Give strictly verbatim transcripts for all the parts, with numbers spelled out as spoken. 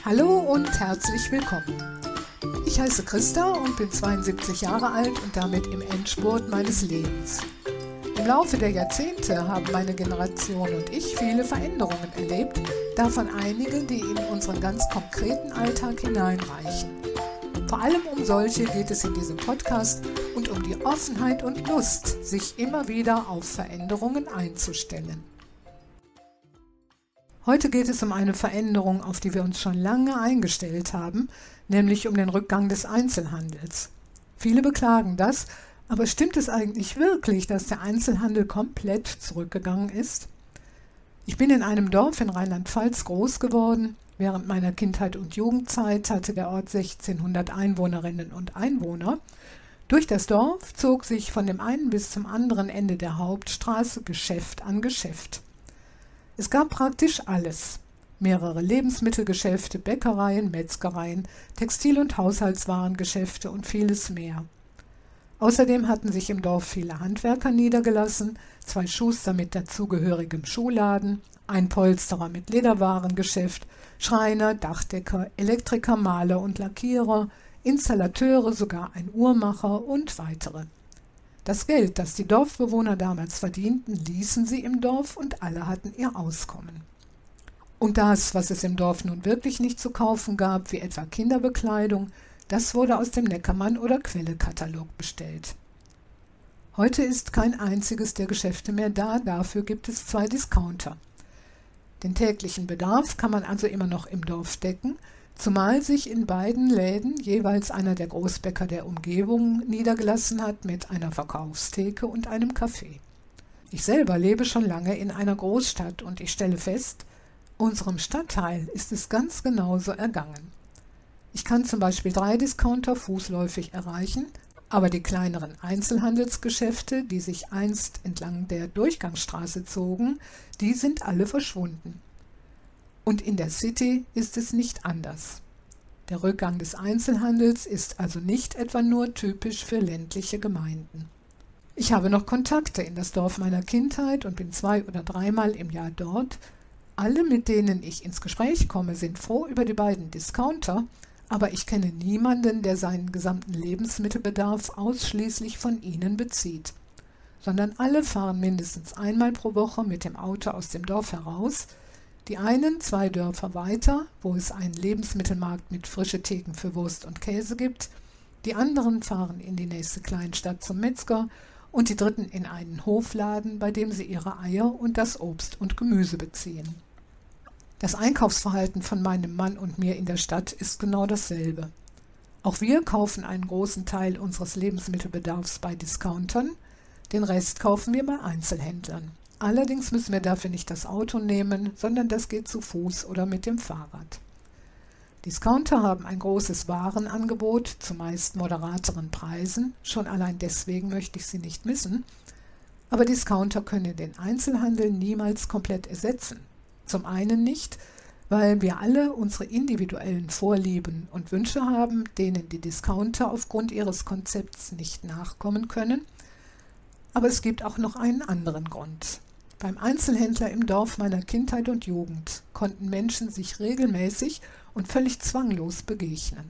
Hallo und herzlich willkommen. Ich heiße Christa und bin zweiundsiebzig Jahre alt und damit im Endspurt meines Lebens. Im Laufe der Jahrzehnte haben meine Generation und ich viele Veränderungen erlebt, davon einige, die in unseren ganz konkreten Alltag hineinreichen. Vor allem um solche geht es in diesem Podcast und um die Offenheit und Lust, sich immer wieder auf Veränderungen einzustellen. Heute geht es um eine Veränderung, auf die wir uns schon lange eingestellt haben, nämlich um den Rückgang des Einzelhandels. Viele beklagen das, aber stimmt es eigentlich wirklich, dass der Einzelhandel komplett zurückgegangen ist? Ich bin in einem Dorf in Rheinland-Pfalz groß geworden. Während meiner Kindheit und Jugendzeit hatte der Ort sechzehnhundert Einwohnerinnen und Einwohner. Durch das Dorf zog sich von dem einen bis zum anderen Ende der Hauptstraße Geschäft an Geschäft. Es gab praktisch alles. Mehrere Lebensmittelgeschäfte, Bäckereien, Metzgereien, Textil- und Haushaltswarengeschäfte und vieles mehr. Außerdem hatten sich im Dorf viele Handwerker niedergelassen, zwei Schuster mit dazugehörigem Schuhladen, ein Polsterer mit Lederwarengeschäft, Schreiner, Dachdecker, Elektriker, Maler und Lackierer, Installateure, sogar ein Uhrmacher und weitere. Das Geld, das die Dorfbewohner damals verdienten, ließen sie im Dorf und alle hatten ihr Auskommen. Und das, was es im Dorf nun wirklich nicht zu kaufen gab, wie etwa Kinderbekleidung, das wurde aus dem Neckermann- oder Quelle-Katalog bestellt. Heute ist kein einziges der Geschäfte mehr da, dafür gibt es zwei Discounter. Den täglichen Bedarf kann man also immer noch im Dorf decken, zumal sich in beiden Läden jeweils einer der Großbäcker der Umgebung niedergelassen hat mit einer Verkaufstheke und einem Café. Ich selber lebe schon lange in einer Großstadt und ich stelle fest, unserem Stadtteil ist es ganz genauso ergangen. Ich kann zum Beispiel drei Discounter fußläufig erreichen, aber die kleineren Einzelhandelsgeschäfte, die sich einst entlang der Durchgangsstraße zogen, die sind alle verschwunden. Und in der City ist es nicht anders. Der Rückgang des Einzelhandels ist also nicht etwa nur typisch für ländliche Gemeinden. Ich habe noch Kontakte in das Dorf meiner Kindheit und bin zwei- oder dreimal im Jahr dort. Alle, mit denen ich ins Gespräch komme, sind froh über die beiden Discounter, aber ich kenne niemanden, der seinen gesamten Lebensmittelbedarf ausschließlich von ihnen bezieht, sondern alle fahren mindestens einmal pro Woche mit dem Auto aus dem Dorf heraus, die einen zwei Dörfer weiter, wo es einen Lebensmittelmarkt mit frischen Theken für Wurst und Käse gibt, die anderen fahren in die nächste Kleinstadt zum Metzger und die dritten in einen Hofladen, bei dem sie ihre Eier und das Obst und Gemüse beziehen. Das Einkaufsverhalten von meinem Mann und mir in der Stadt ist genau dasselbe. Auch wir kaufen einen großen Teil unseres Lebensmittelbedarfs bei Discountern, den Rest kaufen wir bei Einzelhändlern. Allerdings müssen wir dafür nicht das Auto nehmen, sondern das geht zu Fuß oder mit dem Fahrrad. Discounter haben ein großes Warenangebot, zumeist moderateren Preisen, schon allein deswegen möchte ich sie nicht missen, aber Discounter können den Einzelhandel niemals komplett ersetzen. Zum einen nicht, weil wir alle unsere individuellen Vorlieben und Wünsche haben, denen die Discounter aufgrund ihres Konzepts nicht nachkommen können, aber es gibt auch noch einen anderen Grund. Beim Einzelhändler im Dorf meiner Kindheit und Jugend konnten Menschen sich regelmäßig und völlig zwanglos begegnen.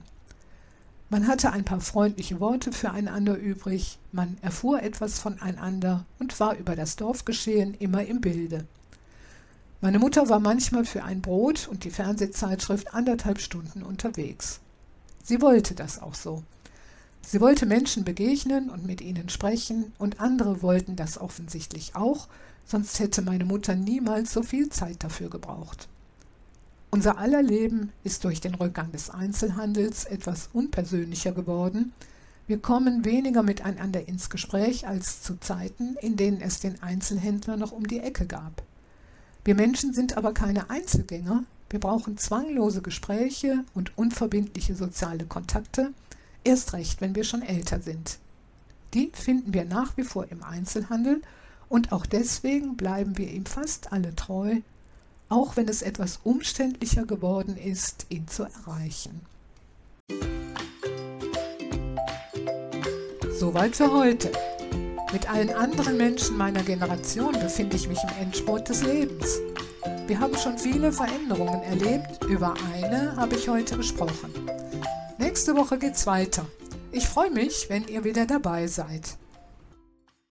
Man hatte ein paar freundliche Worte füreinander übrig, man erfuhr etwas voneinander und war über das Dorfgeschehen immer im Bilde. Meine Mutter war manchmal für ein Brot und die Fernsehzeitschrift anderthalb Stunden unterwegs. Sie wollte das auch so. Sie wollte Menschen begegnen und mit ihnen sprechen und andere wollten das offensichtlich auch, sonst hätte meine Mutter niemals so viel Zeit dafür gebraucht. Unser aller Leben ist durch den Rückgang des Einzelhandels etwas unpersönlicher geworden. Wir kommen weniger miteinander ins Gespräch als zu Zeiten, in denen es den Einzelhändler noch um die Ecke gab. Wir Menschen sind aber keine Einzelgänger. Wir brauchen zwanglose Gespräche und unverbindliche soziale Kontakte, erst recht, wenn wir schon älter sind. Die finden wir nach wie vor im Einzelhandel und auch deswegen bleiben wir ihm fast alle treu, auch wenn es etwas umständlicher geworden ist, ihn zu erreichen. Soweit für heute. Mit allen anderen Menschen meiner Generation befinde ich mich im Endspurt des Lebens. Wir haben schon viele Veränderungen erlebt, über eine habe ich heute gesprochen. Nächste Woche geht's weiter. Ich freue mich, wenn ihr wieder dabei seid.